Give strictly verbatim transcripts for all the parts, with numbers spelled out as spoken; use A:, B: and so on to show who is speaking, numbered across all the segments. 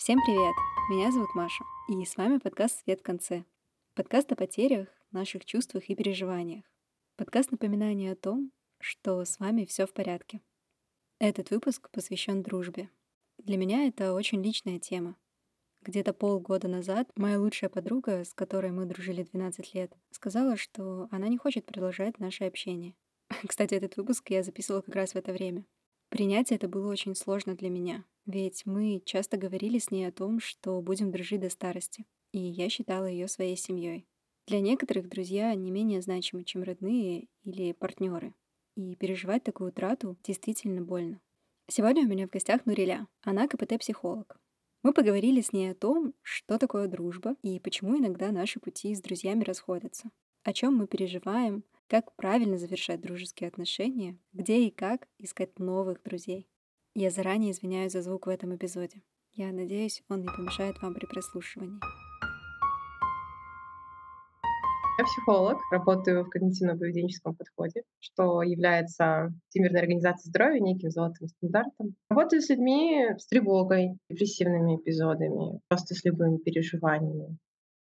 A: Всем привет! Меня зовут Маша, и с вами подкаст «Свет в конце». Подкаст о потерях, наших чувствах и переживаниях. Подкаст напоминания о том, что с вами все в порядке. Этот выпуск посвящен дружбе. Для меня это очень личная тема. Где-то полгода назад моя лучшая подруга, с которой мы дружили двенадцать лет, сказала, что она не хочет продолжать наше общение. Кстати, этот выпуск я записывала как раз в это время. Принять это было очень сложно для меня, ведь мы часто говорили с ней о том, что будем дружить до старости, и я считала ее своей семьей. Для некоторых друзья не менее значимы, чем родные или партнеры, и переживать такую утрату действительно больно. Сегодня у меня в гостях Нуриля, она ка пэ тэ-психолог. Мы поговорили с ней о том, что такое дружба и почему иногда наши пути с друзьями расходятся, о чем мы переживаем, как правильно завершать дружеские отношения, где и как искать новых друзей. Я заранее извиняюсь за звук в этом эпизоде. Я надеюсь, он не помешает вам при прослушивании.
B: Я психолог, работаю в когнитивно-поведенческом подходе, что является Всемирной организацией здоровья неким золотым стандартом. Работаю с людьми с тревогой, депрессивными эпизодами, просто с любыми переживаниями.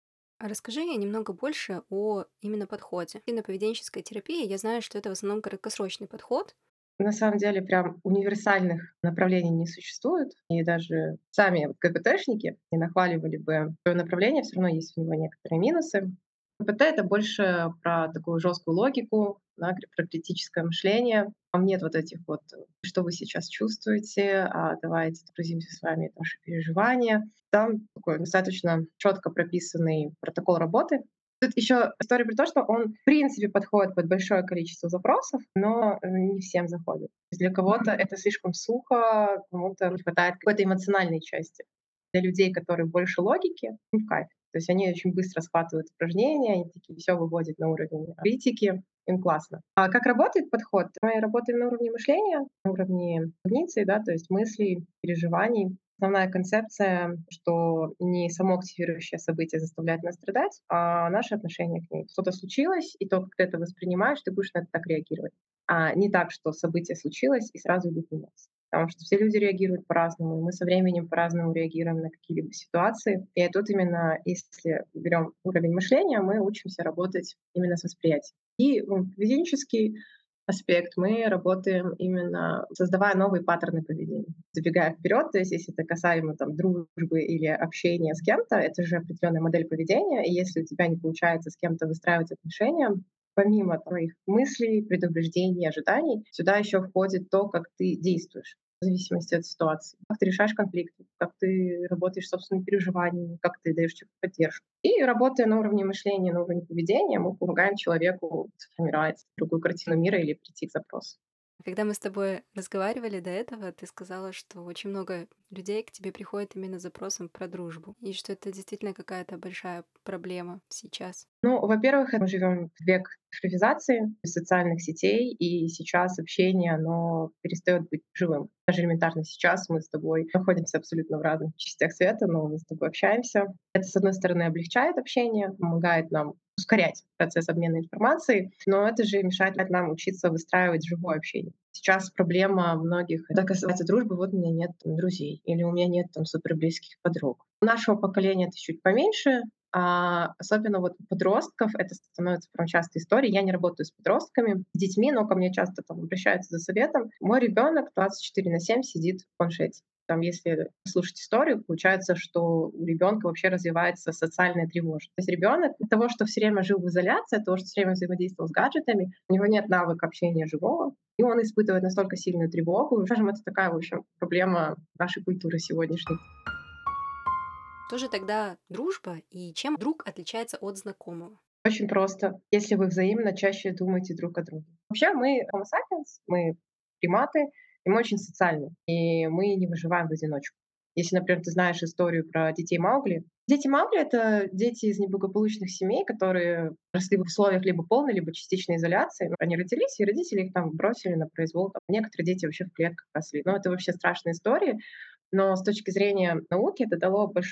A: А расскажи немного больше о именно подходе. И на поведенческой терапии я знаю, что это в основном краткосрочный подход.
B: На самом деле прям универсальных направлений не существует. И даже сами ка пэ тэшники не нахваливали бы свое направление, все равно есть у него некоторые минусы. ка пэ тэ — это больше про такую жесткую логику, да, кри- про критическое мышление. Там нет вот этих вот, э, что вы сейчас чувствуете, а давайте погрузимся с вами в ваши переживания. Там такой достаточно четко прописанный протокол работы. Тут еще история про то, что он в принципе подходит под большое количество запросов, но э, не всем заходит. То есть для кого-то это слишком сухо, кому-то не хватает какой-то эмоциональной части. Для людей, которые больше логики, им в кайф. То есть они очень быстро схватывают упражнения, они такие все выводят на уровень критики, им классно. А как работает подход? Мы работаем на уровне мышления, на уровне когниции, да, то есть мыслей, переживаний. Основная концепция, что не само активирующее событие заставляет нас страдать, а наше отношение к ней. Что-то случилось, и то, как ты это воспринимаешь, ты будешь на это так реагировать. А не так, что событие случилось и сразу идут меняться. Потому что все люди реагируют по-разному, и мы со временем по-разному реагируем на какие-либо ситуации. И тут именно, если берем уровень мышления, мы учимся работать именно с восприятием. И м, поведенческий аспект мы работаем именно создавая новые паттерны поведения. Забегая вперед, то есть если это касаемо там, дружбы или общения с кем-то, это же определенная модель поведения, и если у тебя не получается с кем-то выстраивать отношения, помимо твоих мыслей, предубеждений, ожиданий, сюда еще входит то, как ты действуешь в зависимости от ситуации. Как ты решаешь конфликты, как ты работаешь с собственными переживаниями, как ты даешь человеку поддержку. И работая на уровне мышления, на уровне поведения, мы помогаем человеку сформировать другую картину мира или прийти к запросу.
A: Когда мы с тобой разговаривали до этого, ты сказала, что очень много людей к тебе приходят именно с запросом про дружбу, и что это действительно какая-то большая проблема сейчас.
B: Ну, во-первых, мы живем в век цифровизации, социальных сетей, и сейчас общение, оно перестает быть живым. Даже элементарно сейчас мы с тобой находимся абсолютно в разных частях света, но мы с тобой общаемся. Это, с одной стороны, облегчает общение, помогает нам ускорять процесс обмена информацией, но это же мешает нам учиться выстраивать живое общение. Сейчас проблема многих, это касается дружбы, вот у меня нет там, друзей, или у меня нет там суперблизких подруг. У нашего поколения это чуть поменьше, а, особенно вот у подростков это становится прям частой историей. Я не работаю с подростками, с детьми, но ко мне часто там обращаются за советом. Мой ребенок двадцать четыре на семь сидит в планшете. Там, если слушать историю, получается, что у ребенка вообще развивается социальная тревожность. То есть ребенок от того, что все время жил в изоляции, от того, что все время взаимодействовал с гаджетами, у него нет навыка общения живого, и он испытывает настолько сильную тревогу. Скажем, это такая, в общем, проблема нашей культуры сегодняшней.
A: Что же тогда дружба и чем друг отличается от знакомого?
B: Очень просто, если вы взаимно чаще думаете друг о друге. Вообще мы Homo sapiens, мы приматы, и мы очень социальны, и мы не выживаем в одиночку. Если, например, ты знаешь историю про детей Маугли. Дети Маугли — это дети из неблагополучных семей, которые росли в условиях либо полной, либо частичной изоляции. Они родились, и родители их там бросили на произвол. Там некоторые дети вообще в клетках росли. Но это вообще страшная история. Но с точки зрения науки это дало большой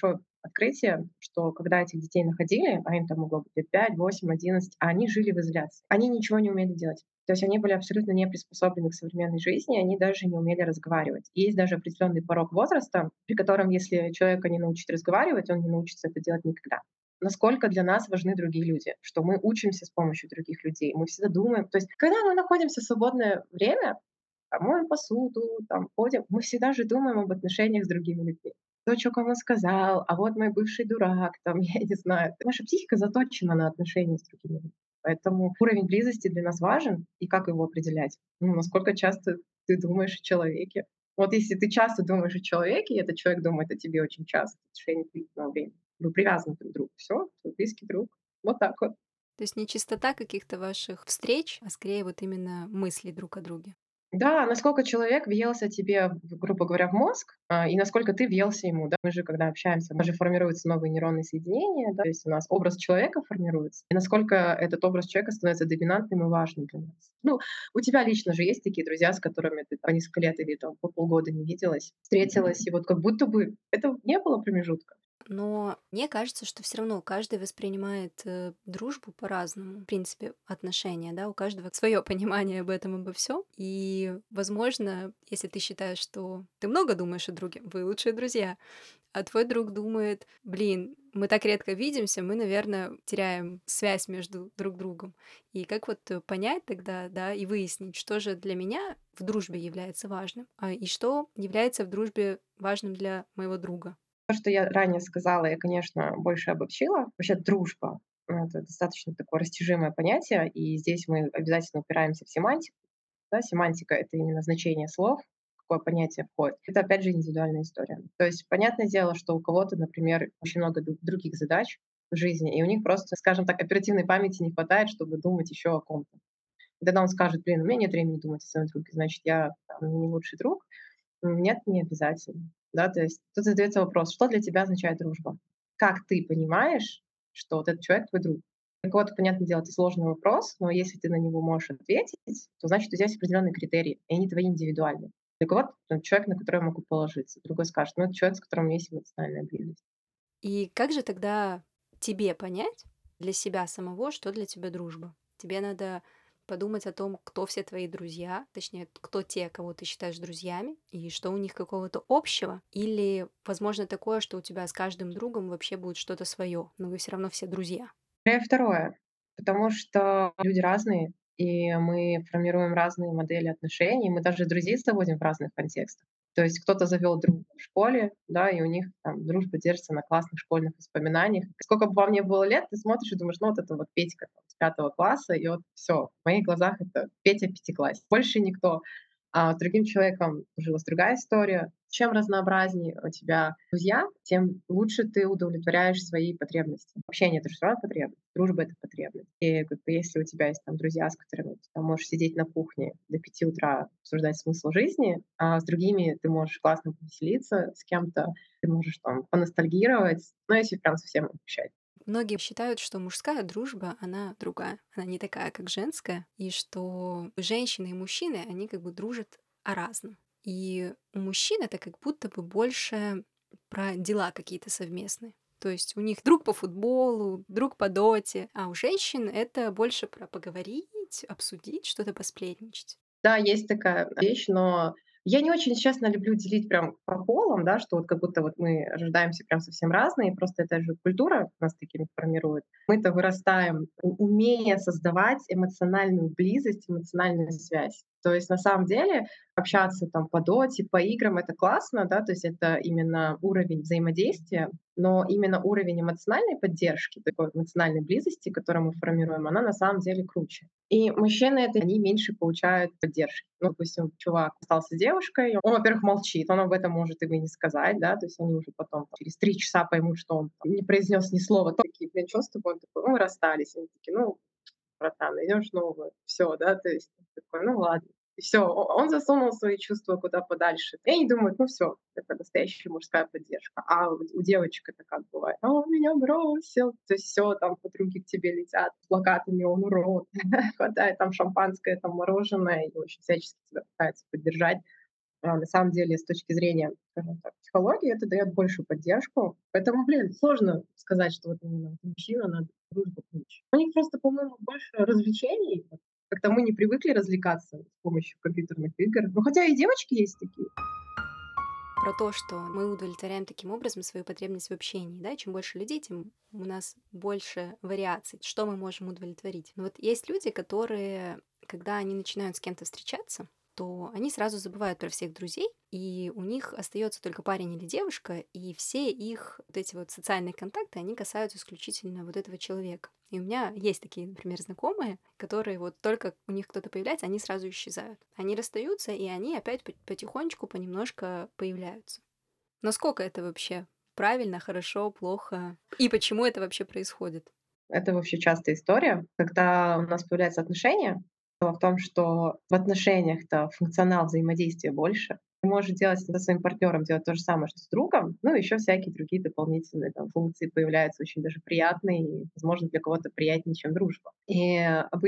B: открытие, что когда этих детей находили, а им там могло быть лет пять, восемь, одиннадцать, а они жили в изоляции. Они ничего не умели делать. То есть они были абсолютно не приспособлены к современной жизни, они даже не умели разговаривать. Есть даже определенный порог возраста, при котором, если человека не научить разговаривать, он не научится это делать никогда. Насколько для нас важны другие люди, что мы учимся с помощью других людей. Мы всегда думаем, то есть когда мы находимся в свободное время, там, моем посуду, там, ходим, мы всегда же думаем об отношениях с другими людьми. Кто чё кому сказал, а вот мой бывший дурак, там, я не знаю. Наша психика заточена на отношения с другими людьми. Поэтому уровень близости для нас важен. И как его определять? Ну, насколько часто ты думаешь о человеке. Вот если ты часто думаешь о человеке, и этот человек думает о тебе очень часто в течение длительного времени, вы привязаны друг к другу. Всё, твой близкий друг. Вот так вот.
A: То есть не частота каких-то ваших встреч, а скорее вот именно мысли друг о друге.
B: Да, насколько человек въелся тебе, в грубо говоря, в мозг, а, и насколько ты въелся ему, да. Мы же, когда общаемся, у нас же формируются новые нейронные соединения, да, то есть у нас образ человека формируется, и насколько этот образ человека становится доминантным и важным для нас. Ну, у тебя лично же есть такие друзья, с которыми ты по несколько лет или там по полгода не виделась, встретилась, и вот как будто бы это не было промежутка.
A: Но мне кажется, что все равно каждый воспринимает, э, дружбу по-разному. В принципе, отношения, да, у каждого свое понимание об этом, обо всем. И, возможно, если ты считаешь, что ты много думаешь о друге, вы лучшие друзья, а твой друг думает: "Блин, мы так редко видимся, мы, наверное, теряем связь между друг другом". И как вот э, понять тогда, да, и выяснить, что же для меня в дружбе является важным, а, и что является в дружбе важным для моего друга?
B: То, что я ранее сказала, я, конечно, больше обобщила. Вообще дружба — ну, это достаточно такое растяжимое понятие, и здесь мы обязательно упираемся в семантику. Да, семантика — это именно значение слов, какое понятие входит. Это, опять же, индивидуальная история. То есть понятное дело, что у кого-то, например, очень много ду- других задач в жизни, и у них просто, скажем так, оперативной памяти не хватает, чтобы думать еще о ком-то. И тогда он скажет: блин, у меня нет времени думать о своем друге, значит, я там, не лучший друг. Нет, не обязательно. Да, то есть тут задается вопрос, что для тебя означает дружба? Как ты понимаешь, что вот этот человек твой друг? Для кого-то, понятное дело, это сложный вопрос, но если ты на него можешь ответить, то значит, у тебя есть определенные критерии, и они твои индивидуальные. Для кого-то там человек, на которого я могу положиться. Другой скажет, ну, это человек, с которым есть эмоциональная близость.
A: И как же тогда тебе понять для себя самого, что для тебя дружба? Тебе надо подумать о том, кто все твои друзья, точнее, кто те, кого ты считаешь друзьями, и что у них какого-то общего, или, возможно, такое, что у тебя с каждым другом вообще будет что-то свое, но вы все равно все друзья.
B: И второе, потому что люди разные, и мы формируем разные модели отношений, мы даже друзей заводим в разных контекстах. То есть кто-то завел друга в школе, да, и у них там дружба держится на классных школьных воспоминаниях. Сколько бы вам ни было лет, ты смотришь и думаешь, ну вот это вот Петька там, с пятого класса, и вот все, в моих глазах это Петя пятиклассник. Больше никто. А с другим человеком сложилась другая история. Чем разнообразнее у тебя друзья, тем лучше ты удовлетворяешь свои потребности. Общение — это же всё равно потребность, дружба — это потребность. И как бы если у тебя есть там друзья, с которыми ты там можешь сидеть на кухне до пяти утра, обсуждать смысл жизни, а с другими ты можешь классно повеселиться, с кем-то ты можешь там поностальгировать, ну, если прям совсем обобщать.
A: Многие считают, что мужская дружба, она другая, она не такая, как женская, и что женщины и мужчины, они как бы дружат о разном. И у мужчин это как будто бы больше про дела какие-то совместные. То есть у них друг по футболу, друг по доте, а у женщин это больше про поговорить, обсудить, что-то посплетничать.
B: Да, есть такая вещь, но я не очень, честно, люблю делить прям по полам, да, что вот как будто вот мы рождаемся прям совсем разные, просто это же культура нас такими формирует. Мы-то вырастаем, у- умея создавать эмоциональную близость, эмоциональную связь. То есть на самом деле общаться там по доте, по играм — это классно, да, то есть это именно уровень взаимодействия, но именно уровень эмоциональной поддержки, такой эмоциональной близости, которую мы формируем, она на самом деле круче. И мужчины это они меньше получают поддержки. Ну, допустим, чувак остался с девушкой, он, во-первых, молчит, он об этом может им и не сказать, да, то есть они уже потом там, через три часа поймут, что он там не произнес ни слова. То такие, блин, что с тобой? Он такой, ну, мы расстались. Они такие, ну, братан, найдешь новую. Все, да, то есть такой, ну ладно. И все, он засунул свои чувства куда подальше. И они думают, ну все, это настоящая мужская поддержка. А у у девочек это как бывает? А он меня бросил. То есть все, там подруги к тебе летят с плакатами, он урод. Хватает там шампанское, там мороженое, и, в общем, всячески тебя пытается поддержать. А на самом деле, с точки зрения, скажем так, психологии, это дает большую поддержку. Поэтому, блин, сложно сказать, что вот именно от мужчина надо дружбу ключ. У них просто, по-моему, больше развлечений. Вот как-то мы не привыкли развлекаться с помощью компьютерных игр. Ну, хотя и девочки есть такие.
A: Про то, что мы удовлетворяем таким образом свою потребность в общении, да, чем больше людей, тем у нас больше вариаций, что мы можем удовлетворить. Но вот есть люди, которые, когда они начинают с кем-то встречаться, то они сразу забывают про всех друзей, и у них остается только парень или девушка, и все их вот эти вот социальные контакты, они касаются исключительно вот этого человека. И у меня есть такие, например, знакомые, которые вот только у них кто-то появляется, они сразу исчезают. Они расстаются, и они опять по- потихонечку, понемножко появляются. Насколько это вообще правильно, хорошо, плохо? И почему это вообще происходит?
B: Это вообще частая история. Когда у нас появляются отношения, дело в том, что в отношениях-то функционал взаимодействия больше. Ты можешь делать со своим партнером делать то же самое, что с другом, ну, еще всякие другие дополнительные там функции появляются, очень даже приятные и, возможно, для кого-то приятнее, чем дружба. И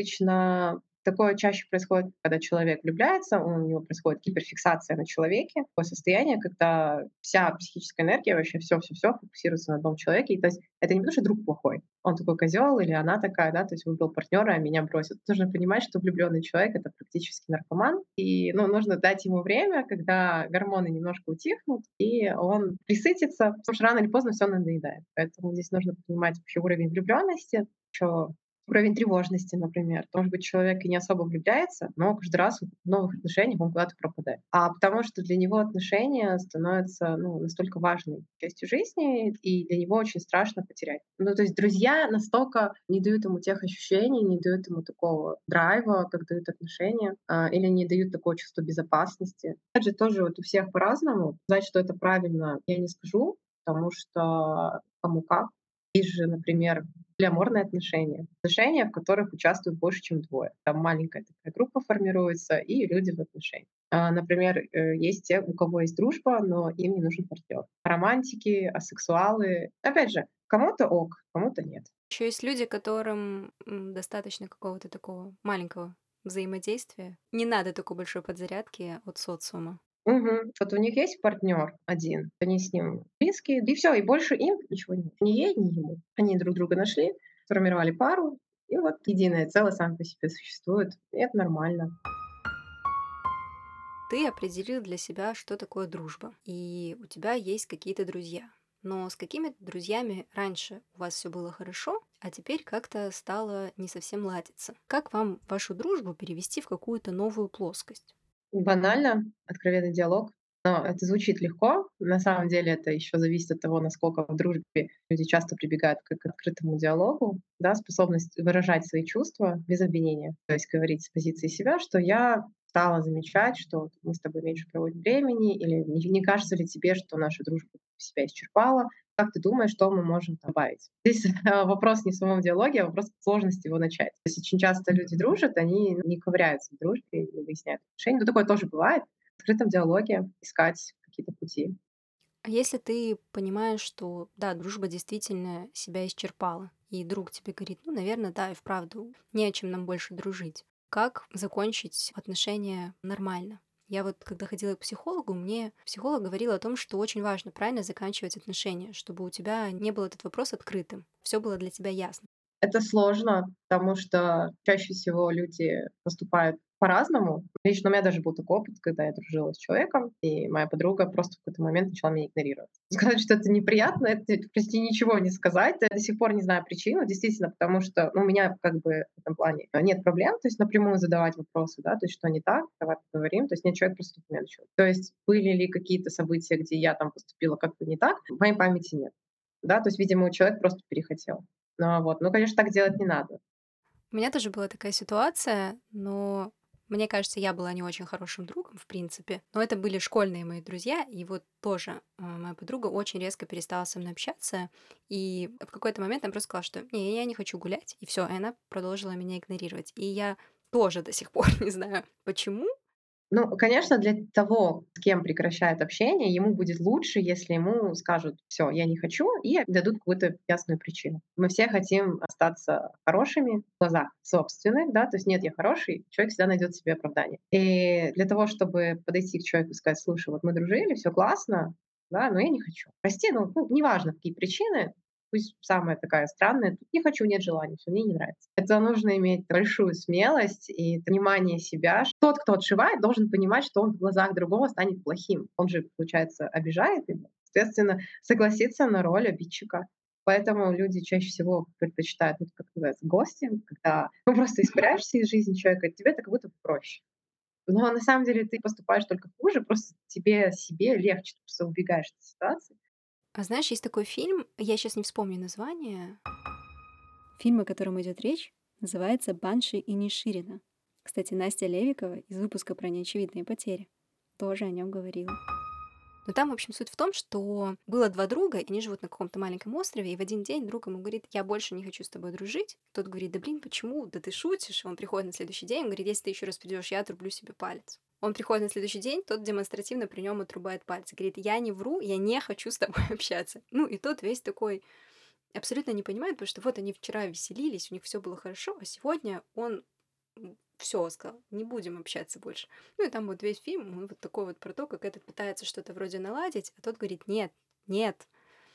B: обычно такое чаще происходит, когда человек влюбляется, у него происходит гиперфиксация на человеке, такое состояние, когда вся психическая энергия, вообще все-все-все фокусируется на одном человеке. И то есть это не потому, что друг плохой, он такой козел или она такая, да, то есть выбрал партнера, а меня бросит. Нужно понимать, что влюбленный человек это практически наркоман, и ну, нужно дать ему время, когда гормоны немножко утихнут, и он присытится, потому что рано или поздно все надоедает. Поэтому здесь нужно понимать вообще уровень влюбленности, что уровень тревожности, например. Может быть, человек и не особо влюбляется, но каждый раз в новых отношениях он куда-то пропадает. А потому что для него отношения становятся ну, настолько важной частью жизни, и для него очень страшно потерять. Ну, то есть друзья настолько не дают ему тех ощущений, не дают ему такого драйва, как дают отношения, а, или не дают такого чувства безопасности. Опять же, тоже вот у всех по-разному. Сказать, что это правильно, я не скажу, потому что кому как. Есть же, например, полиаморные отношения. Отношения, в которых участвуют больше, чем двое. Там маленькая такая группа формируется, и люди в отношениях. А, Например, э, есть те, у кого есть дружба, но им не нужен партнер. Романтики, асексуалы. Опять же, кому-то ок, кому-то нет.
A: Еще есть люди, которым м, достаточно какого-то такого маленького взаимодействия. Не надо такой большой подзарядки от социума.
B: Мгм. Вот у них есть партнер один, они с ним близкие, и все, и больше им ничего нет. Ни ей, ни ему. Они друг друга нашли, сформировали пару, и вот единое целое сам по себе существует. И это нормально.
A: Ты определил для себя, что такое дружба, и у тебя есть какие-то друзья. Но с какими друзьями раньше у вас все было хорошо, а теперь как-то стало не совсем ладиться? Как вам вашу дружбу перевести в какую-то новую плоскость?
B: Банально, откровенный диалог. Но это звучит легко. На самом деле это еще зависит от того, насколько в дружбе люди часто прибегают к к открытому диалогу, да, способность выражать свои чувства без обвинения. То есть говорить с позиции себя, что я стала замечать, что вот мы с тобой меньше проводим времени, или не, не кажется ли тебе, что наша дружба себя исчерпала, как ты думаешь, что мы можем добавить? Здесь вопрос не в самом диалоге, а вопрос в сложности его начать. То есть очень часто люди дружат, они не ковыряются в дружбе, не выясняют отношения. Ну, такое тоже бывает. В открытом диалоге искать какие-то пути.
A: А если ты понимаешь, что да, дружба действительно себя исчерпала, и друг тебе говорит, ну, наверное, да, и вправду, не о чем нам больше дружить. Как закончить отношения нормально? Я вот, когда ходила к психологу, мне психолог говорил о том, что очень важно правильно заканчивать отношения, чтобы у тебя не был этот вопрос открытым, все было для тебя ясно.
B: Это сложно, потому что чаще всего люди поступают по-разному. Лично у меня даже был такой опыт, когда я дружила с человеком, и моя подруга просто в какой-то момент начала меня игнорировать. Сказать, что это неприятно, это почти ничего не сказать. Я до сих пор не знаю причину, действительно, потому что ну, у меня как бы в этом плане нет проблем, то есть напрямую задавать вопросы, да, то есть что не так, давай поговорим. То есть нет, человек просто меня начал. То есть были ли какие-то события, где я там поступила как-то не так, в моей памяти нет. Да, то есть, видимо, человек просто перехотел. Ну вот. Ну, конечно, так делать не надо.
A: У меня тоже была такая ситуация, но мне кажется, я была не очень хорошим другом, в принципе. Но это были школьные мои друзья, и вот тоже а, моя подруга очень резко перестала со мной общаться, и в какой-то момент она просто сказала, что не, я не хочу гулять, и все, и она продолжила меня игнорировать. И я тоже до сих пор не знаю, почему,
B: Ну, конечно, для того, с кем прекращает общение, ему будет лучше, если ему скажут: "Всё, я не хочу", и дадут какую-то ясную причину. Мы все хотим остаться хорошими в глазах собственных, да, то есть: "Нет, я хороший". Человек всегда найдет себе оправдание. И для того, чтобы подойти к человеку и сказать: "Слушай, вот мы дружили, всё классно, да, но я не хочу. Прости, но, ну, неважно, какие причины, пусть самая такая странная: не хочу, нет желания, всё, мне не нравится". Это нужно иметь большую смелость и понимание себя. Ш Тот, кто отшивает, должен понимать, что он в глазах другого станет плохим. Он же, получается, обижает его, соответственно, согласиться на роль обидчика. Поэтому люди чаще всего предпочитают, ну, как называется, гостинг, когда, ну, просто испаряешься из жизни человека, и тебе это как будто проще. Но на самом деле ты поступаешь только хуже, просто тебе себе легче, ты просто убегаешь от ситуации.
A: А знаешь, есть такой фильм, я щас не вспомню название. Фильм, о котором идет речь, называется "Банши Иниширина". Кстати, Настя Левикова из выпуска про неочевидные потери тоже о нем говорила. Но там, в общем, суть в том, что было два друга, и они живут на каком-то маленьком острове, и в один день друг ему говорит: "Я больше не хочу с тобой дружить". Тот говорит: "Да блин, почему? Да ты шутишь". Он приходит на следующий день, он говорит: "Если ты еще раз придешь, я отрублю себе палец". Он приходит на следующий день, тот демонстративно при нем отрубает пальцы. Говорит: "Я не вру, я не хочу с тобой общаться". Ну и тот весь такой абсолютно не понимает, потому что вот они вчера веселились, у них все было хорошо, а сегодня он все сказал: "Не будем общаться больше". Ну и там вот весь фильм, он вот такой вот про то, как этот пытается что-то вроде наладить, а тот говорит: "Нет, нет".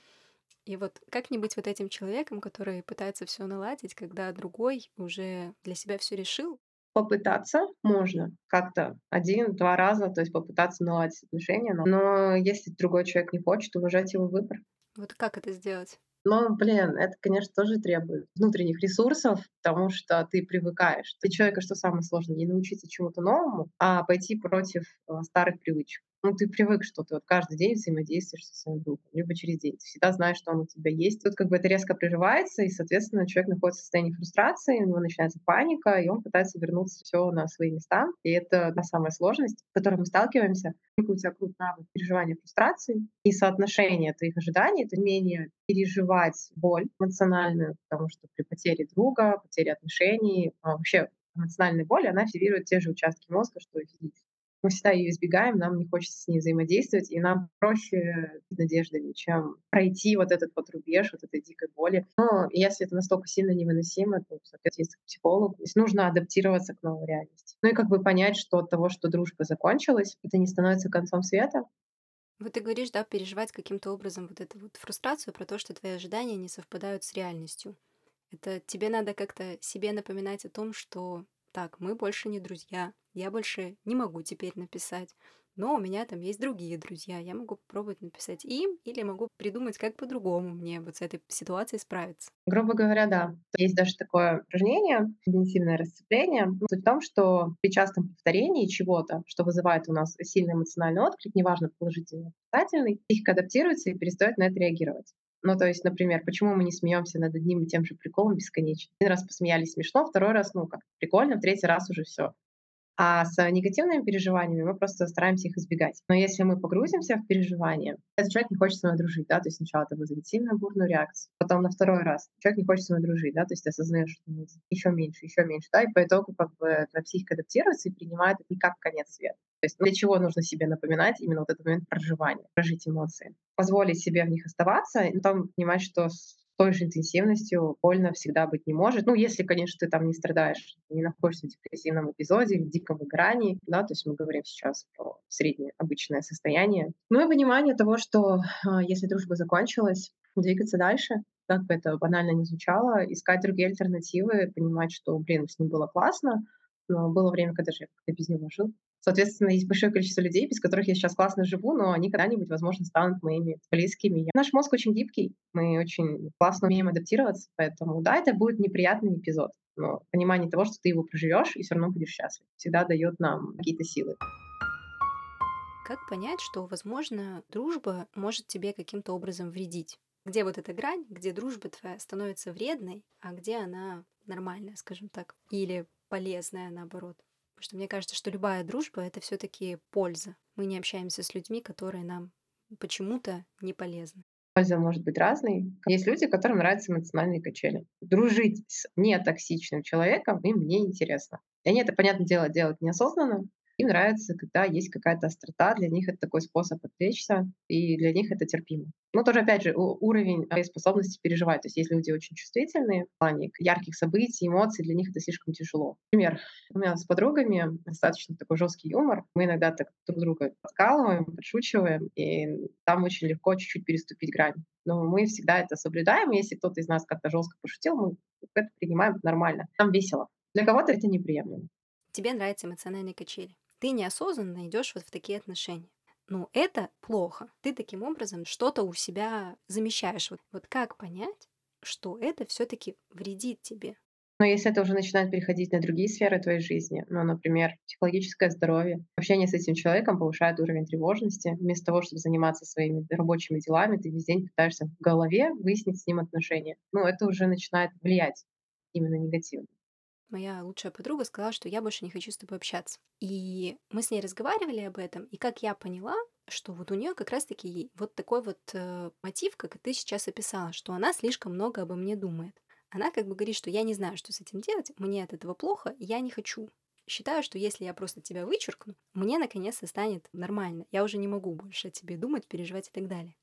A: И вот как не быть вот этим человеком, который пытается все наладить, когда другой уже для себя все решил?
B: Попытаться можно как-то один-два раза, то есть попытаться наладить отношения, но но если другой человек не хочет, уважать его выбор.
A: Вот как это сделать?
B: Но, блин, это, конечно, тоже требует внутренних ресурсов, потому что ты привыкаешь. Для человека что самое сложное? Не научиться чему-то новому, а пойти против э, старых привычек. Ну, ты привык, что ты вот каждый день взаимодействуешь со своим другом, либо через день. Ты всегда знаешь, что он у тебя есть. Тут как бы это резко прерывается, и, соответственно, человек находится в состоянии фрустрации, у него начинается паника, и он пытается вернуться все на свои места. И это та самая сложность, с которой мы сталкиваемся. Только у тебя крут навык переживания фрустрации и соотношение твоих ожиданий, это умение переживать боль эмоциональную, потому что при потере друга, потере отношений, а, вообще эмоциональная боль, она активирует те же участки мозга, что и физические. Мы всегда ее избегаем, нам не хочется с ней взаимодействовать, и нам проще с надеждами, чем пройти вот этот вот рубеж, вот этой дикой боли. Но если это настолько сильно невыносимо, то, соответственно, есть к психологу. То есть нужно адаптироваться к новой реальности. Ну и как бы понять, что от того, что дружба закончилась, это не становится концом света.
A: Вот ты говоришь, да, переживать каким-то образом вот эту вот фрустрацию про то, что твои ожидания не совпадают с реальностью. Это тебе надо как-то себе напоминать о том, что так, мы больше не друзья, я больше не могу теперь написать, но у меня там есть другие друзья, я могу попробовать написать им или могу придумать, как по-другому мне вот с этой ситуацией справиться.
B: Грубо говоря, да. Есть даже такое упражнение, когнитивное расцепление. Ну, суть в том, что при частом повторении чего-то, что вызывает у нас сильный эмоциональный отклик, неважно, положительный, отрицательный, психика адаптируется и перестает на это реагировать. Ну, то есть, например, почему мы не смеемся над одним и тем же приколом бесконечно? Один раз посмеялись смешно, второй раз, ну, как прикольно, в третий раз уже все. А с негативными переживаниями мы просто стараемся их избегать. Но если мы погрузимся в переживания, этот человек не хочет со мной дружить, да, то есть сначала это вызовет сильную бурную реакцию, потом на второй раз человек не хочет со мной дружить, да, то есть ты осознаешь, что еще меньше, еще меньше, да, и по итогу как бы твоя психика адаптируется и принимает это не как конец света. То есть для чего нужно себе напоминать именно вот этот момент проживания, прожить эмоции, позволить себе в них оставаться, и потом понимать, что с той же интенсивностью больно всегда быть не может. Ну, если, конечно, ты там не страдаешь, не находишься в депрессивном эпизоде или в диком выгорании, да, то есть мы говорим сейчас про среднее обычное состояние. Ну и понимание того, что а, если дружба закончилась, двигаться дальше, как бы это банально не звучало, искать другие альтернативы, понимать, что, блин, с ним было классно, но было время, когда же я как-то без него жил. Соответственно, есть большое количество людей, без которых я сейчас классно живу, но они когда-нибудь, возможно, станут моими близкими. Наш мозг очень гибкий, мы очень классно умеем адаптироваться, поэтому да, это будет неприятный эпизод, но понимание того, что ты его проживешь и все равно будешь счастлив, всегда дает нам какие-то силы.
A: Как понять, что, возможно, дружба может тебе каким-то образом вредить? Где вот эта грань, где дружба твоя становится вредной, а где она нормальная, скажем так, или полезная, наоборот? Потому что мне кажется, что любая дружба — это все таки польза. Мы не общаемся с людьми, которые нам почему-то не полезны.
B: Польза может быть разной. Есть люди, которым нравятся эмоциональные качели. Дружить с нетоксичным человеком им неинтересно. И они это, понятное дело, делают неосознанно. Им нравится, когда есть какая-то острота, для них это такой способ отвлечься, и для них это терпимо. Но тоже, опять же, у уровень а, и способности переживать. То есть есть люди очень чувствительные в плане к ярких событий, эмоций, для них это слишком тяжело. Например, у меня с подругами достаточно такой жесткий юмор. Мы иногда так друг друга подкалываем, подшучиваем, и там очень легко чуть-чуть переступить грань. Но мы всегда это соблюдаем. Если кто-то из нас как-то жестко пошутил, мы это принимаем нормально. Нам весело. Для кого-то это неприемлемо.
A: Тебе нравятся эмоциональные качели. Ты неосознанно идешь вот в такие отношения. Но это плохо. Ты таким образом что-то у себя замещаешь. Вот, вот как понять, что это все-таки вредит тебе?
B: Но если это уже начинает переходить на другие сферы твоей жизни, ну, например, психологическое здоровье, общение с этим человеком повышает уровень тревожности. Вместо того, чтобы заниматься своими рабочими делами, ты весь день пытаешься в голове выяснить с ним отношения. Ну, это уже начинает влиять именно негативно.
A: Моя лучшая подруга сказала, что я больше не хочу с тобой общаться. И мы с ней разговаривали об этом, и как я поняла, что вот у нее как раз-таки вот такой вот э, мотив, как и ты сейчас описала, что она слишком много обо мне думает. Она как бы говорит, что я не знаю, что с этим делать, мне от этого плохо, я не хочу. Считаю, что если я просто тебя вычеркну, мне наконец-то станет нормально. Я уже не могу больше о тебе думать, переживать и так далее.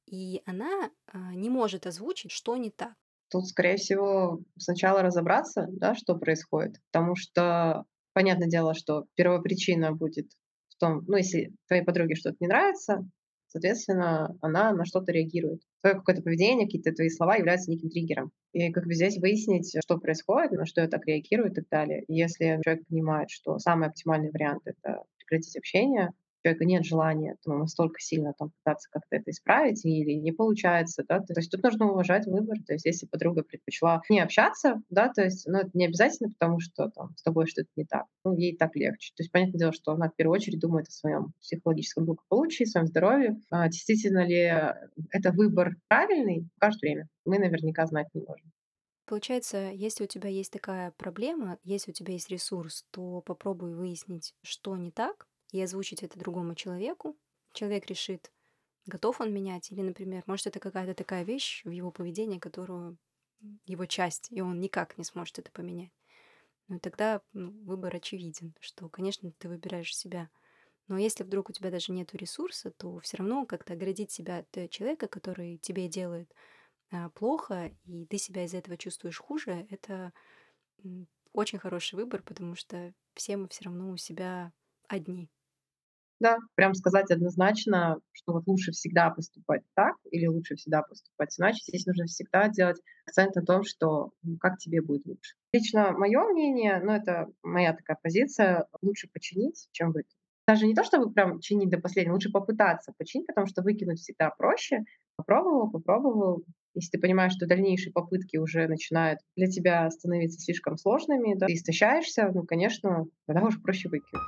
A: И она а, не может озвучить, что не так.
B: Тут, скорее всего, сначала разобраться, да, что происходит, потому что понятное дело, что первопричина будет в том, ну, если твоей подруге что-то не нравится, соответственно, она на что-то реагирует. Твое какое-то поведение, какие-то твои слова являются неким триггером. И как бы здесь выяснить, что происходит, на что я так реагирую и так далее. И если человек понимает, что самый оптимальный вариант — это прекратить общение, у человека нет желания ну, настолько сильно там, пытаться как-то это исправить или не получается, да, то есть тут нужно уважать выбор, то есть если подруга предпочла не общаться, да, то есть, ну, это не обязательно, потому что там с тобой что-то не так, ну, ей так легче. То есть, понятное дело, что она в первую очередь думает о своем психологическом благополучии, своем здоровье. А действительно ли это выбор правильный, покажет время. Мы наверняка знать не можем.
A: Получается, если у тебя есть такая проблема, если у тебя есть ресурс, то попробуй выяснить, что не так, и озвучить это другому человеку. Человек решит, готов он менять, или, например, может, это какая-то такая вещь в его поведении, которую м, его часть, и он никак не сможет это поменять. Ну, и тогда ну, выбор очевиден, что, конечно, ты выбираешь себя. Но если вдруг у тебя даже нет ресурса, то все равно как-то оградить себя от э, человека, который тебе делает а, плохо, и ты себя из-за этого чувствуешь хуже, это м, очень хороший выбор, потому что все мы все равно у себя одни.
B: Да, прям сказать однозначно, что вот лучше всегда поступать так или лучше всегда поступать иначе. Здесь нужно всегда делать акцент на том, что м, как тебе будет лучше. Лично мое мнение, ну это моя такая позиция, лучше починить, чем выкинуть. Даже не то, чтобы прям чинить до последнего, лучше попытаться починить, потому что выкинуть всегда проще. Попробовал, попробовал. Если ты понимаешь, что дальнейшие попытки уже начинают для тебя становиться слишком сложными, да, ты истощаешься, ну, конечно, тогда уже проще выкинуть.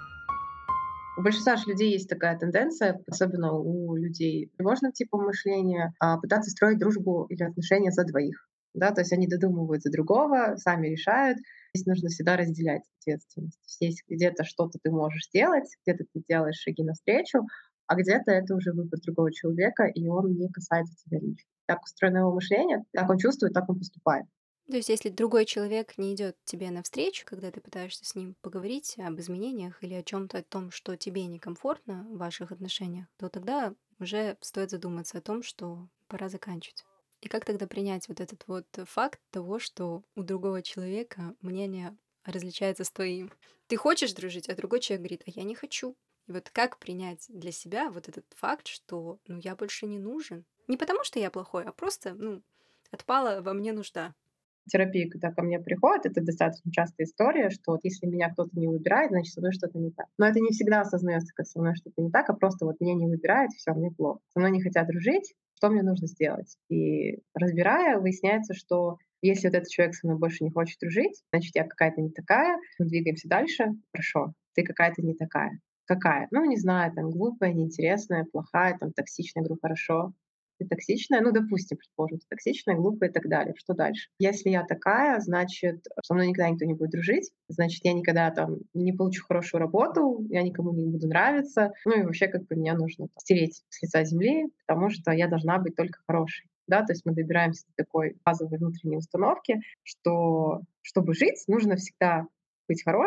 B: У большинства же людей есть такая тенденция, особенно у людей тревожным типом мышления, а, пытаться строить дружбу или отношения за двоих. Да, то есть они додумывают за другого, сами решают. Здесь нужно всегда разделять ответственность. То есть есть где-то что-то ты можешь сделать, где-то ты делаешь шаги навстречу, а где-то это уже выбор другого человека, и он не касается тебя лично. Так устроено его мышление, так он чувствует, так он поступает.
A: То есть, если другой человек не идет тебе навстречу, когда ты пытаешься с ним поговорить об изменениях или о чем-то, о том, что тебе некомфортно в ваших отношениях, то тогда уже стоит задуматься о том, что пора заканчивать. И как тогда принять вот этот вот факт того, что у другого человека мнение различается с твоим? Ты хочешь дружить, а другой человек говорит, а я не хочу. И вот как принять для себя вот этот факт, что ну я больше не нужен? Не потому что я плохой, а просто, ну, отпала во мне нужда.
B: Терапии, когда ко мне приходят, это достаточно частая история, что вот если меня кто-то не выбирает, значит, со мной что-то не так. Но это не всегда осознается, как со мной что-то не так, а просто вот меня не выбирают, все, мне плохо. Со мной не хотят дружить, что мне нужно сделать? И разбирая, выясняется, что если вот этот человек со мной больше не хочет дружить, значит, я какая-то не такая, мы двигаемся дальше, хорошо, ты какая-то не такая. Какая? Ну, не знаю, там, глупая, неинтересная, плохая, там, токсичная, я говорю, хорошо. Ты токсичная, ну, допустим, предположим, ты токсичная, глупая и так далее. Что дальше? Если я такая, значит, со мной никогда никто не будет дружить, значит, я никогда там не получу хорошую работу, я никому не буду нравиться, ну и вообще как бы меня нужно там, стереть с лица земли, потому что я должна быть только хорошей. Да, то есть мы добираемся до такой базовой внутренней установки, что чтобы жить, нужно всегда быть хорошей,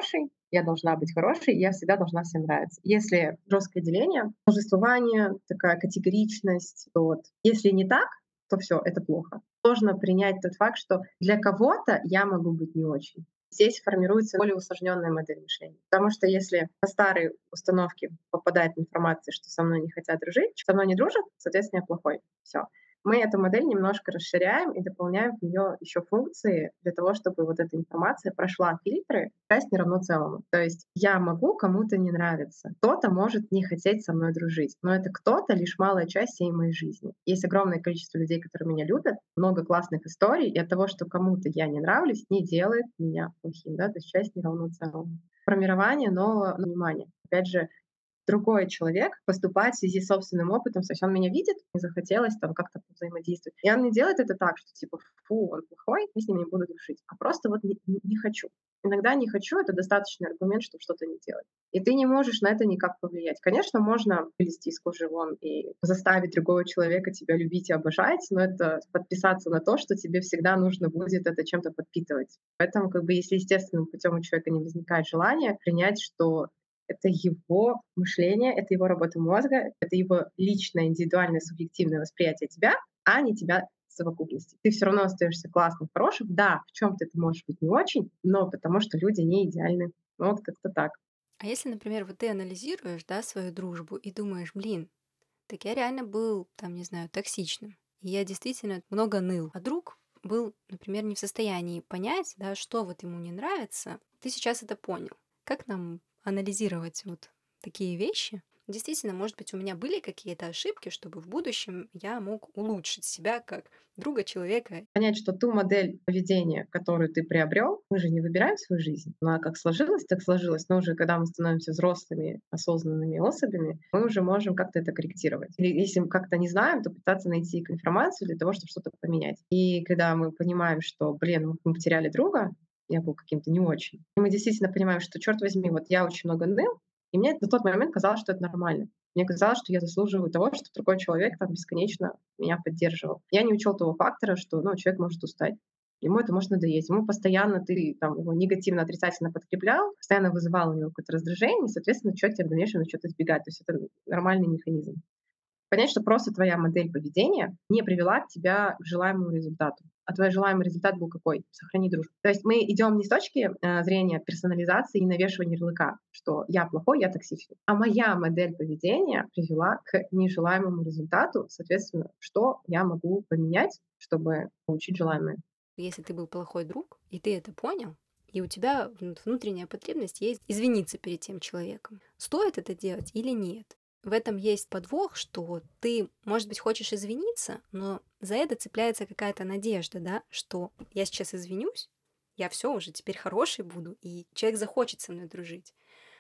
B: я должна быть хорошей, я всегда должна всем нравиться. Если жесткое деление, мужествование, такая категоричность, то вот если не так, то все, это плохо. Сложно принять тот факт, что для кого-то я могу быть не очень. Здесь формируется более усложненная модель мышления. Потому что если на старые установки попадает информация, что со мной не хотят дружить, со мной не дружат, соответственно, я плохой. Все. Мы эту модель немножко расширяем и дополняем в нее еще функции для того, чтобы вот эта информация прошла фильтры, часть не равно целому. То есть я могу кому-то не нравиться, кто-то может не хотеть со мной дружить, но это кто-то лишь малая часть всей моей жизни. Есть огромное количество людей, которые меня любят, много классных историй, и от того, что кому-то я не нравлюсь, не делает меня плохим, да, то есть часть не равно целому. Формирование нового внимания. Опять же, другой человек поступает в связи с собственным опытом. То есть он меня видит, мне захотелось там как-то взаимодействовать. И он не делает это так, что типа, фу, он плохой, я с ним не буду дружить. А просто вот не, не- не хочу. Иногда не хочу — это достаточный аргумент, чтобы что-то не делать. И ты не можешь на это никак повлиять. Конечно, можно вылезти из кожи вон и заставить другого человека тебя любить и обожать, но это подписаться на то, что тебе всегда нужно будет это чем-то подпитывать. Поэтому, как бы, если естественным путем у человека не возникает желания принять, что это его мышление, это его работа мозга, это его личное, индивидуальное, субъективное восприятие тебя, а не тебя в совокупности. Ты все равно остаешься классным, хорошим. Да, в чем-то ты можешь быть не очень, но потому что люди не идеальны. Ну, вот как-то так.
A: А если, например, вот ты анализируешь, да, свою дружбу и думаешь, блин, так я реально был, там, не знаю, токсичным. И я действительно много ныл. А друг был, например, не в состоянии понять, да, что вот ему не нравится. Ты сейчас это понял. Как нам анализировать вот такие вещи? Действительно, может быть, у меня были какие-то ошибки, чтобы в будущем я мог улучшить себя как друга человека.
B: Понять, что ту модель поведения, которую ты приобрел, мы же не выбираем свою жизнь. Она как сложилась, так сложилась. Но уже когда мы становимся взрослыми, осознанными особями, мы уже можем как-то это корректировать. Или если мы как-то не знаем, то пытаться найти информацию для того, чтобы что-то поменять. И когда мы понимаем, что, блин, мы потеряли друга, я был каким-то не очень. И мы действительно понимаем, что, черт возьми, вот я очень много ныл, и мне на тот момент казалось, что это нормально. Мне казалось, что я заслуживаю того, что другой человек там бесконечно меня поддерживал. Я не учел того фактора, что, ну, человек может устать. Ему это может надоесть. Ему постоянно ты там его негативно, отрицательно подкреплял, постоянно вызывал у него какое-то раздражение, и, соответственно, человек тебя в дальнейшем начнет избегать. То есть это нормальный механизм. Понять, что просто твоя модель поведения не привела тебя к желаемому результату. А твой желаемый результат был какой? Сохрани дружбу. То есть мы идем не с точки э, зрения персонализации и навешивания ярлыка, что я плохой, я токсичный. А моя модель поведения привела к нежелаемому результату. Соответственно, что я могу поменять, чтобы получить желаемое?
A: Если ты был плохой друг, и ты это понял, и у тебя вн- внутренняя потребность есть извиниться перед тем человеком. Стоит это делать или нет? В этом есть подвох, что ты, может быть, хочешь извиниться, но за это цепляется какая-то надежда, да, что я сейчас извинюсь, я все уже теперь хороший буду, и человек захочет со мной дружить.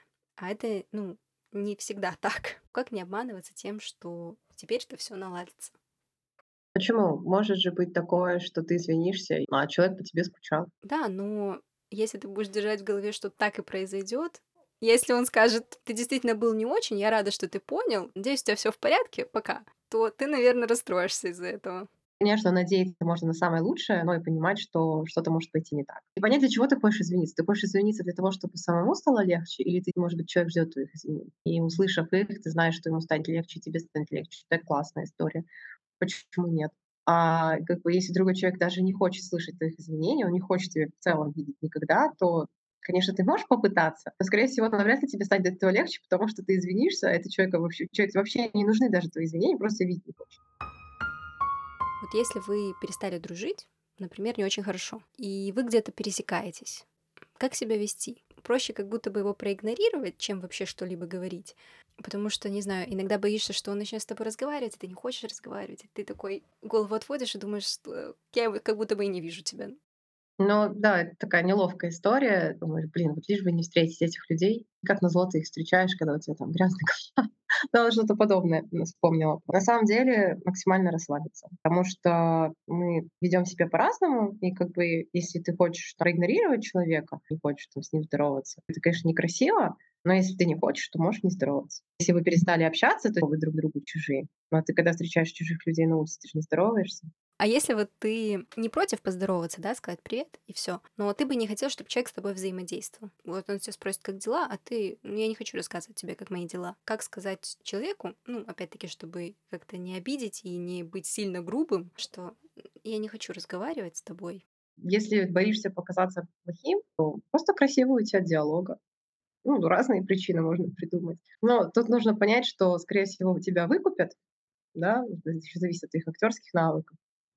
A: А это, ну, не всегда так. Как не обманываться тем, что теперь это все наладится?
B: Почему? Может же быть такое, что ты извинишься, а человек по тебе скучал.
A: Да, но если ты будешь держать в голове, что так и произойдет, если он скажет: "Ты действительно был не очень, я рада, что ты понял, надеюсь, у тебя все в порядке, пока", то ты, наверное, расстроишься из-за этого.
B: Конечно, надеяться можно на самое лучшее, но и понимать, что что-то может пойти не так. И понять, для чего ты хочешь извиниться. Ты хочешь извиниться для того, чтобы самому стало легче, или ты, может быть, человек ждет твоих извинений. И услышав их, ты знаешь, что ему станет легче, тебе станет легче. Это классная история. Почему нет? А как бы если другой человек даже не хочет слышать твоих извинений, он не хочет тебя в целом видеть никогда, то, конечно, ты можешь попытаться, но, скорее всего, навряд ли тебе станет от этого легче, потому что ты извинишься, а это человеку вообще, человек вообще не нужны даже твои извинения, просто видеть не хочет.
A: Вот если вы перестали дружить, например, не очень хорошо, и вы где-то пересекаетесь, как себя вести? Проще как будто бы его проигнорировать, чем вообще что-либо говорить. Потому что, не знаю, иногда боишься, что он начнет с тобой разговаривать, и ты не хочешь разговаривать, и ты такой голову отводишь и думаешь, что я его как будто бы и не вижу тебя.
B: Ну да, это такая неловкая история. Думаешь, блин, вот лишь бы не встретить этих людей. Как назло ты их встречаешь, когда у тебя там грязный голова. Да, вот что-то подобное м, вспомнила. На самом деле максимально расслабиться, потому что мы ведем себя по-разному, и как бы если ты хочешь проигнорировать человека, не хочешь там с ним здороваться, это, конечно, некрасиво, но если ты не хочешь, то можешь не здороваться. Если вы перестали общаться, то вы друг другу чужие. Но ты когда встречаешь чужих людей на улице, ты же не здороваешься.
A: А если вот ты не против поздороваться, да, сказать привет и все, но ты бы не хотел, чтобы человек с тобой взаимодействовал. Вот он тебя спросит, как дела, а ты, ну, я не хочу рассказывать тебе, как мои дела. Как сказать человеку, ну, опять-таки, чтобы как-то не обидеть и не быть сильно грубым, что я не хочу разговаривать с тобой.
B: Если боишься показаться плохим, то просто красиво уйти от диалога. Ну, разные причины можно придумать. Но тут нужно понять, что, скорее всего, тебя выкупят, да, это ещё зависит от твоих актерских навыков.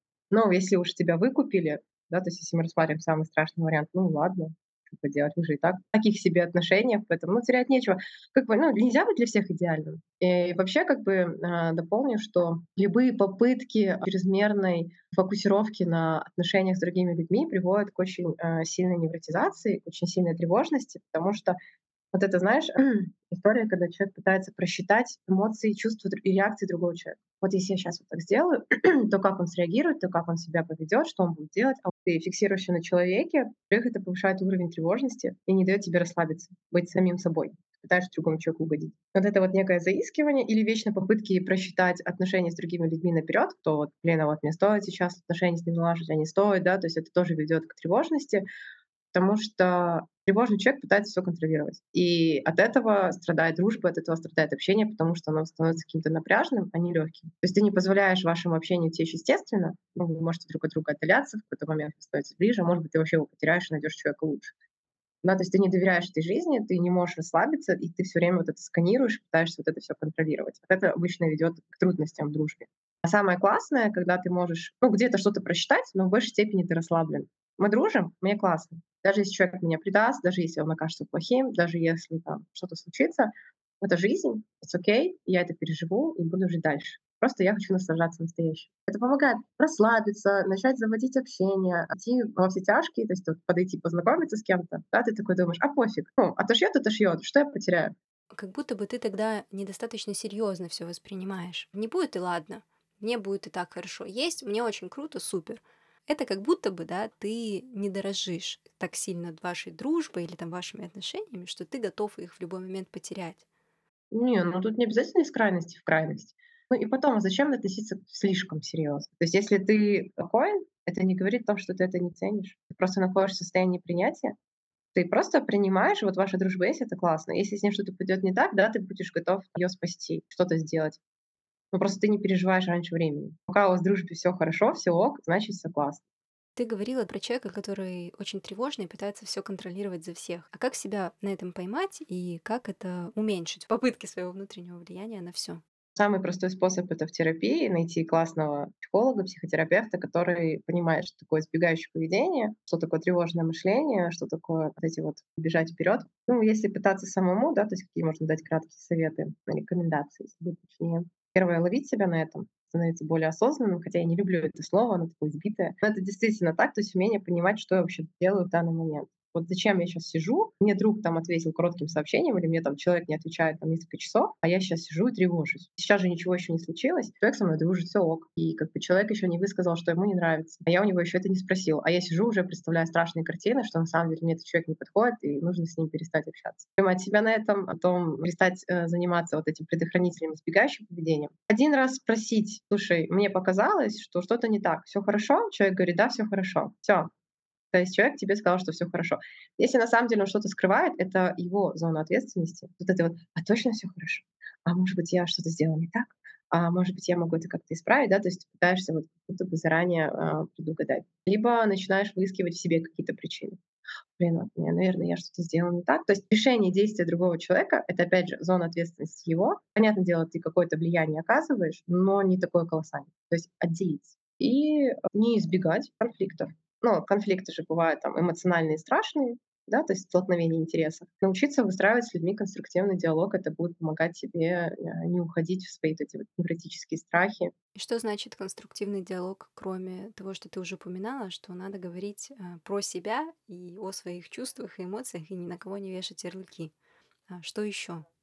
B: Но если уж тебя выкупили, да, то есть если мы рассматриваем самый страшный вариант, ну ладно, что поделать, вы же и так в таких себе отношениях, поэтому, ну, терять нечего. Как бы, ну, нельзя быть для всех идеальным. И вообще, как бы, а, дополню, что любые попытки чрезмерной фокусировки на отношениях с другими людьми приводят к очень, а, сильной невротизации, к очень сильной тревожности, потому что вот это, знаешь, история, когда человек пытается просчитать эмоции, чувства др и реакции другого человека. Вот если я сейчас вот так сделаю, то как он среагирует, то как он себя поведет, что он будет делать. А вот ты фиксируешься на человеке, во-первых, это повышает уровень тревожности и не дает тебе расслабиться, быть самим собой. Пытаешься другому человеку угодить. Вот это вот некое заискивание или вечно попытки просчитать отношения с другими людьми наперед, то вот, блин, а вот мне стоит сейчас отношения с ним налаживать, а не стоит, да, то есть это тоже ведет к тревожности. Потому что тревожный человек пытается все контролировать. И от этого страдает дружба, от этого страдает общение, потому что оно становится каким-то напряженным, а не легким. То есть ты не позволяешь вашему общению течь естественно, ну, вы можете друг от друга отдаляться, в какой-то момент вы становитесь ближе, а может быть, ты вообще его потеряешь и найдешь человека лучше. Да, то есть ты не доверяешь этой жизни, ты не можешь расслабиться, и ты все время вот это сканируешь, пытаешься вот это все контролировать. Вот это обычно ведет к трудностям в дружбе. А самое классное, когда ты можешь, ну, где-то что-то просчитать, но в большей степени ты расслаблен. Мы дружим, мне классно. Даже если человек меня предаст, даже если он окажется плохим, даже если там что-то случится, это жизнь, it's okay, я это переживу и буду жить дальше. Просто я хочу наслаждаться настоящим. Это помогает расслабиться, начать заводить общение, идти во все тяжкие, то есть вот подойти познакомиться с кем-то, да, ты такой думаешь, а пофиг, ну, отошьет, отошьет, что я потеряю?
A: Как будто бы ты тогда недостаточно серьезно все воспринимаешь. Не будет и ладно. Мне будет и так хорошо. Есть, мне очень круто, супер. Это как будто бы, да, ты не дорожишь так сильно вашей дружбой или там вашими отношениями, что ты готов их в любой момент потерять.
B: Не, ну тут не обязательно из крайности в крайность. Ну и потом, а зачем относиться слишком серьезно? То есть если ты такой, это не говорит о том, что ты это не ценишь. Ты просто находишься в состоянии принятия. Ты просто принимаешь, вот ваша дружба есть, это классно. Если с ним что-то пойдет не так, да, ты будешь готов ее спасти, что-то сделать. Но просто ты не переживаешь раньше времени. Пока у вас в дружбе все хорошо, все ок, значит все классно.
A: Ты говорила про человека, который очень тревожный и пытается все контролировать за всех. А как себя на этом поймать и как это уменьшить в попытке своего внутреннего влияния на все?
B: Самый простой способ — это в терапии найти классного психолога, психотерапевта, который понимает, что такое избегающее поведение, что такое тревожное мышление, что такое вот эти вот бежать вперед. Ну, если пытаться самому, да, то есть какие можно дать краткие советы, рекомендации, если быть точнее. Первое — ловить себя на этом, становиться более осознанным, хотя я не люблю это слово, оно такое избитое. Но это действительно так, то есть умение понимать, что я вообще делаю в данный момент. Вот зачем я сейчас сижу, мне друг там ответил коротким сообщением, или мне там человек не отвечает там несколько часов, а я сейчас сижу и тревожусь. Сейчас же ничего еще не случилось, человек со мной дружит, все ок. И как бы человек еще не высказал, что ему не нравится. А я у него еще это не спросил. А я сижу уже, представляю страшные картины, что на самом деле мне этот человек не подходит, и нужно с ним перестать общаться. Поймать себя на этом, потом перестать э, заниматься вот этим предохранителем избегающим поведением. Один раз спросить: слушай, мне показалось, что что-то не так, все хорошо? Человек говорит: да, все хорошо. Все, то есть человек тебе сказал, что все хорошо. Если на самом деле он что-то скрывает, это его зона ответственности. Вот это вот: "А точно все хорошо? А может быть, я что-то сделала не так? А может быть, я могу это как-то исправить?" Да, то есть ты пытаешься вот как будто бы заранее, а, предугадать. Либо начинаешь выискивать в себе какие-то причины. Блин, вот мне, наверное, я что-то сделала не так. То есть решение действия другого человека — это, опять же, зона ответственности его. Понятное дело, ты какое-то влияние оказываешь, но не такое колоссальное. То есть отделиться и э, не избегать конфликтов. Ну, конфликты же бывают там эмоциональные, страшные, да, то есть столкновение интересов. Научиться выстраивать с людьми конструктивный диалог — это будет помогать тебе э, не уходить в свои вот эти вот невротические страхи.
A: И что значит конструктивный диалог, кроме того, что ты уже упоминала, что надо говорить а, про себя и о своих чувствах и эмоциях, и ни на кого не вешать ярлыки? А что еще?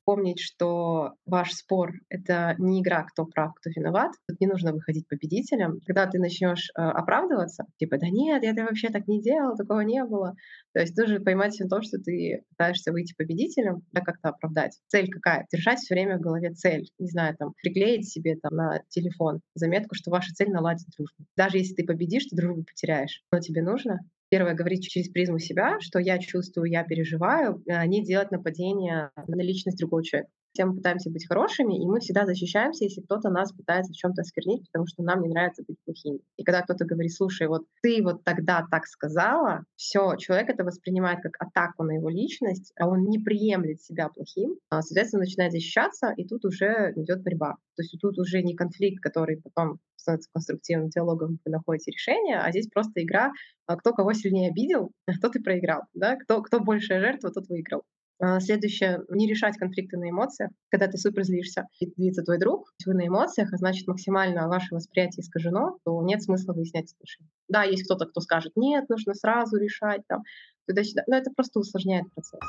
B: помнить, что ваш спор — это не игра, кто прав, кто виноват. Тут не нужно выходить победителем. Когда ты начнешь э, оправдываться, типа: «Да нет, я это вообще так не делал, такого не было». То есть тоже поймать себя на том, что ты пытаешься выйти победителем, да, как-то оправдать. Цель какая? Держать все время в голове цель. Не знаю, там, приклеить себе там на телефон заметку, что ваша цель — наладить дружбу. Даже если ты победишь, ты дружбу потеряешь. Но тебе нужно первое — говорить через призму себя, что я чувствую, я переживаю, а не делать нападение на личность другого человека. Все мы пытаемся быть хорошими, и мы всегда защищаемся, если кто-то нас пытается в чем то осквернить, потому что нам не нравится быть плохими. И когда кто-то говорит: «Слушай, вот ты вот тогда так сказала», все, человек это воспринимает как атаку на его личность, а он не приемлет себя плохим, а, соответственно, начинает защищаться, и тут уже идет борьба. То есть тут уже не конфликт, который потом становится конструктивным диалогом, вы находите решение, а здесь просто игра, а, кто кого сильнее обидел, тот и проиграл, да, кто кто большая жертва, тот выиграл. А, следующее — не решать конфликты на эмоциях. Когда ты супер злишься и злится твой друг, вы на эмоциях, а значит, максимально ваше восприятие искажено, то нет смысла выяснять отношения. Да, есть кто-то, кто скажет: «Нет, нужно сразу решать там туда-сюда», но это просто усложняет процесс.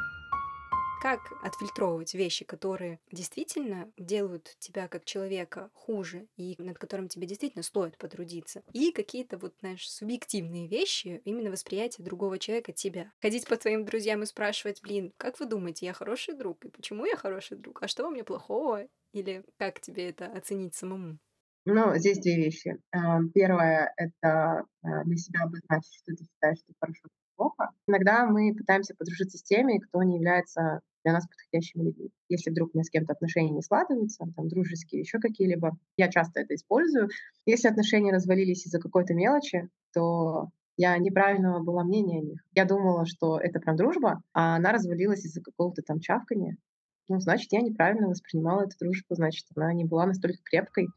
A: Как отфильтровывать вещи, которые действительно делают тебя как человека хуже и над которым тебе действительно стоит потрудиться, и какие-то вот, знаешь, субъективные вещи, именно восприятие другого человека тебя. Ходить по твоим друзьям и спрашивать: блин, как вы думаете, я хороший друг? И почему я хороший друг? А что во мне плохого? Или как тебе это оценить самому?
B: Ну, здесь две вещи. А, первое — это, а, для себя обозначить, что ты считаешь, что хорошо, что плохо. Иногда мы пытаемся подружиться с теми, кто не является для нас подходящими людьми. Если вдруг у меня с кем-то отношения не складываются, там, дружеские, еще какие-либо, я часто это использую. Если отношения развалились из-за какой-то мелочи, то я неправильного была мнения о них. Я думала, что это прям дружба, а она развалилась из-за какого-то там чавкания. Ну, значит, я неправильно воспринимала эту дружбу, значит, она не была настолько крепкой.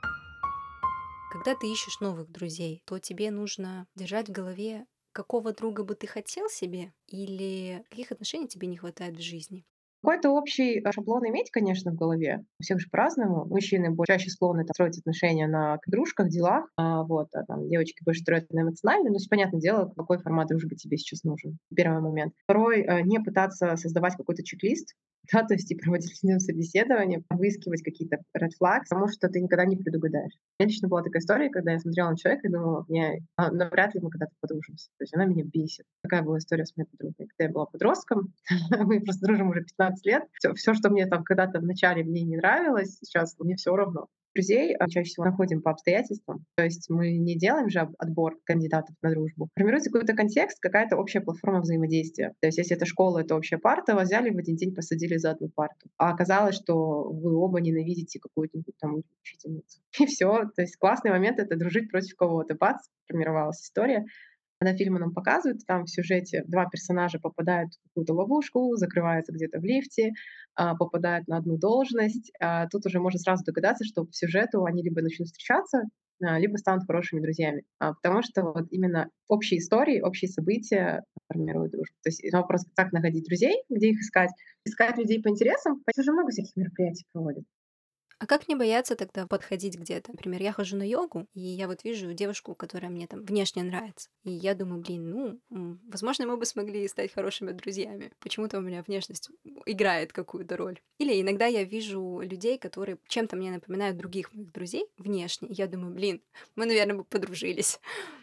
A: Когда ты ищешь новых друзей, то тебе нужно держать в голове, какого друга бы ты хотел себе, или каких отношений тебе не хватает в жизни.
B: Какой-то общий, э, шаблон иметь, конечно, в голове. У всех же по-разному. Мужчины бо чаще склонны там строить отношения на игрушках, делах, а, вот, а там девочки больше строят на эмоционально. Ну, есть понятное дело, какой формат дружбы тебе сейчас нужен. Первый момент. Второй — э, не пытаться создавать какой-то чек-лист, да, то есть и проводить с ним собеседование, выискивать какие-то red flags, потому что ты никогда не предугадаешь. У меня лично была такая история, когда я смотрела на человека и думала: не, а, навряд ли мы когда-то подружимся. То есть она меня бесит. Такая была история с моей подругой. Когда я была подростком, мы просто дружим уже пятнадцать лет. Всё, всё, что мне там когда-то вначале мне не нравилось, сейчас мне все равно. Друзей, а, чаще всего находим по обстоятельствам. То есть мы не делаем же об- отбор кандидатов на дружбу. Формируется какой-то контекст, какая-то общая платформа взаимодействия. То есть если это школа, это общая парта, вас взяли в один день, посадили за одну парту. А оказалось, что вы оба ненавидите какую-нибудь там учительницу. И все. То есть классный момент — это дружить против кого-то. Бац, формировалась история. Когда фильмы нам показывают, там в сюжете два персонажа попадают в какую-то ловушку, закрываются где-то в лифте, а, попадают на одну должность. А, тут уже можно сразу догадаться, что по сюжету они либо начнут встречаться, а, либо станут хорошими друзьями. А, потому что вот именно общие истории, общие события формируют дружбу. То есть вопрос, как находить друзей, где их искать. Искать людей по интересам. Уже много всяких мероприятий проводят.
A: А как не бояться тогда подходить где-то? Например, я хожу на йогу, и я вот вижу девушку, которая мне там внешне нравится. И я думаю, блин, ну, м, возможно, мы бы смогли стать хорошими друзьями. Почему-то у меня внешность играет какую-то роль. Или иногда я вижу людей, которые чем-то мне напоминают других моих друзей внешне. И я думаю, блин, мы, наверное, бы подружились.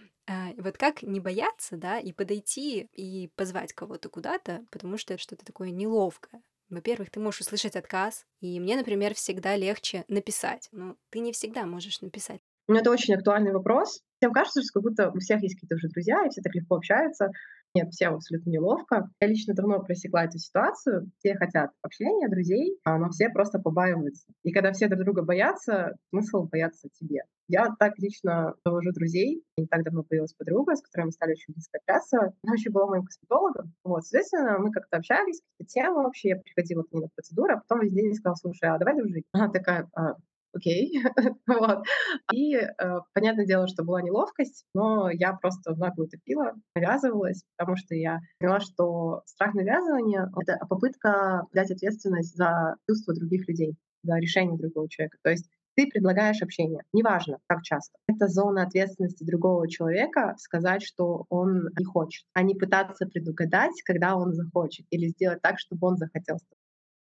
A: А, и вот как не бояться, да, и подойти, и позвать кого-то куда-то, потому что это что-то такое неловкое. Во-первых, ты можешь услышать отказ, и мне, например, всегда легче написать. Но ты не всегда можешь написать.
B: Ну, это очень актуальный вопрос. Всем кажется, что как будто у всех есть какие-то уже друзья, и все так легко общаются. Нет, всем абсолютно неловко. Я лично давно просекла эту ситуацию. Все хотят общения, друзей, а, но все просто побаиваются. И когда все друг друга боятся, смысл бояться тебе. Я так лично завожу друзей. Не так давно появилась подруга, с которой мы стали очень близко общаться. Она еще была моим косметологом. Вот, соответственно, мы как-то общались, какие-то темы общие. Я приходила к ней на процедуру, а потом весь день сказала: слушай, а давай дружить? Она такая: «А, окей». Вот. И, э, понятное дело, что была неловкость, но я просто в наглую топила, навязывалась, потому что я поняла, что страх навязывания — это попытка взять ответственность за чувства других людей, за решение другого человека. То есть ты предлагаешь общение, неважно, как часто. Это зона ответственности другого человека сказать, что он не хочет, а не пытаться предугадать, когда он захочет, или сделать так, чтобы он захотел.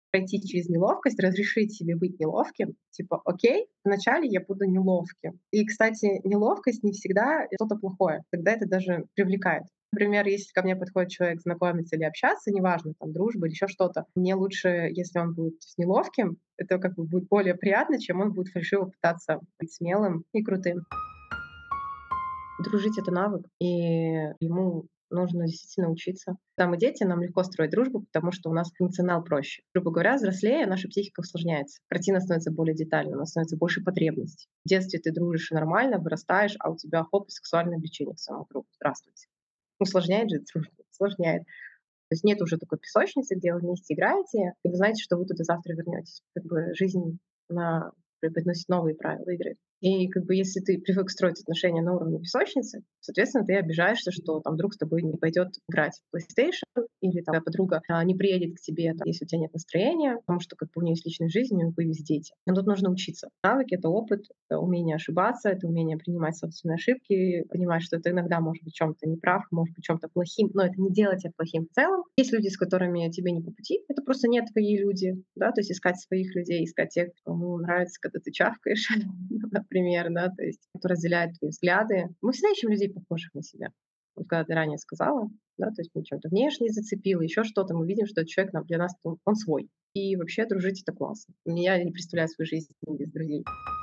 B: пройти через неловкость, разрешить себе быть неловким. Типа, окей, вначале я буду неловким. И, кстати, неловкость не всегда что-то плохое. Тогда это даже привлекает. Например, если ко мне подходит человек знакомиться или общаться, неважно, там, дружба или еще что-то, мне лучше, если он будет с неловким, это как бы будет более приятно, чем он будет фальшиво пытаться быть смелым и крутым. Дружить — это навык, и ему нужно действительно учиться. Когда мы дети, нам легко строить дружбу, потому что у нас функционал проще. Грубо говоря, взрослея, наша психика усложняется. Картина становится более детальной, у нас становится больше потребностей. В детстве ты дружишь и нормально, вырастаешь, а у тебя хоп, сексуальное влечение к своему другу. Здравствуйте. Усложняет же дружбу? Усложняет. То есть нет уже такой песочницы, где вы вместе играете, и вы знаете, что вы туда завтра вернетесь. Как бы жизнь, она преподносит новые правила игры. И как бы если ты привык строить отношения на уровне песочницы, соответственно, ты обижаешься, что там друг с тобой не пойдет играть в PlayStation, или там твоя подруга а, не приедет к тебе, там, если у тебя нет настроения, потому что как бы у нее есть личная жизнь, у нее появились дети. Но тут нужно учиться. Навыки — это опыт, это умение ошибаться, это умение принимать собственные ошибки, понимать, что ты иногда может быть в чем-то неправ, может быть в чем-то плохим, но это не делать тебя плохим в целом. Есть люди, с которыми тебе не по пути, это просто не твои люди, да, то есть искать своих людей, искать тех, кому нравится, когда ты чавкаешь, например, да, то есть кто разделяет твои взгляды. Мы всегда ищем людей, похожих на себя. Вот когда ты ранее сказала, да, то есть мы чем-то внешне зацепило, еще что-то, мы видим, что этот человек нам, для нас, он, он свой. И вообще дружить — это классно. Я не представляю свою жизнь без друзей.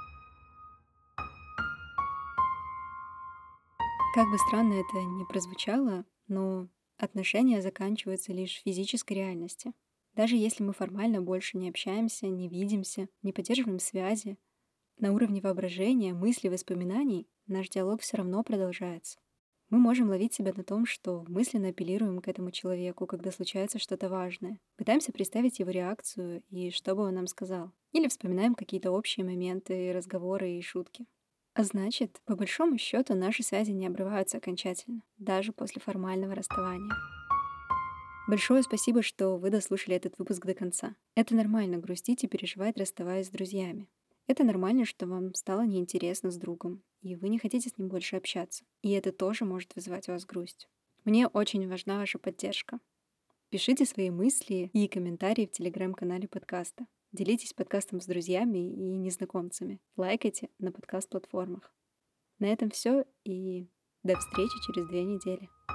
A: Как бы странно это ни прозвучало, но отношения заканчиваются лишь в физической реальности. Даже если мы формально больше не общаемся, не видимся, не поддерживаем связи, на уровне воображения, мыслей, воспоминаний наш диалог все равно продолжается. Мы можем ловить себя на том, что мысленно апеллируем к этому человеку, когда случается что-то важное. Пытаемся представить его реакцию и что бы он нам сказал. Или вспоминаем какие-то общие моменты, разговоры и шутки. А значит, по большому счету наши связи не обрываются окончательно, даже после формального расставания. Большое спасибо, что вы дослушали этот выпуск до конца. Это нормально грустить и переживать, расставаясь с друзьями. Это нормально, что вам стало неинтересно с другом, и вы не хотите с ним больше общаться. И это тоже может вызывать у вас грусть. Мне очень важна ваша поддержка. Пишите свои мысли и комментарии в телеграм-канале подкаста. Делитесь подкастом с друзьями и незнакомцами. Лайкайте на подкаст-платформах. На этом все, и до встречи через две недели.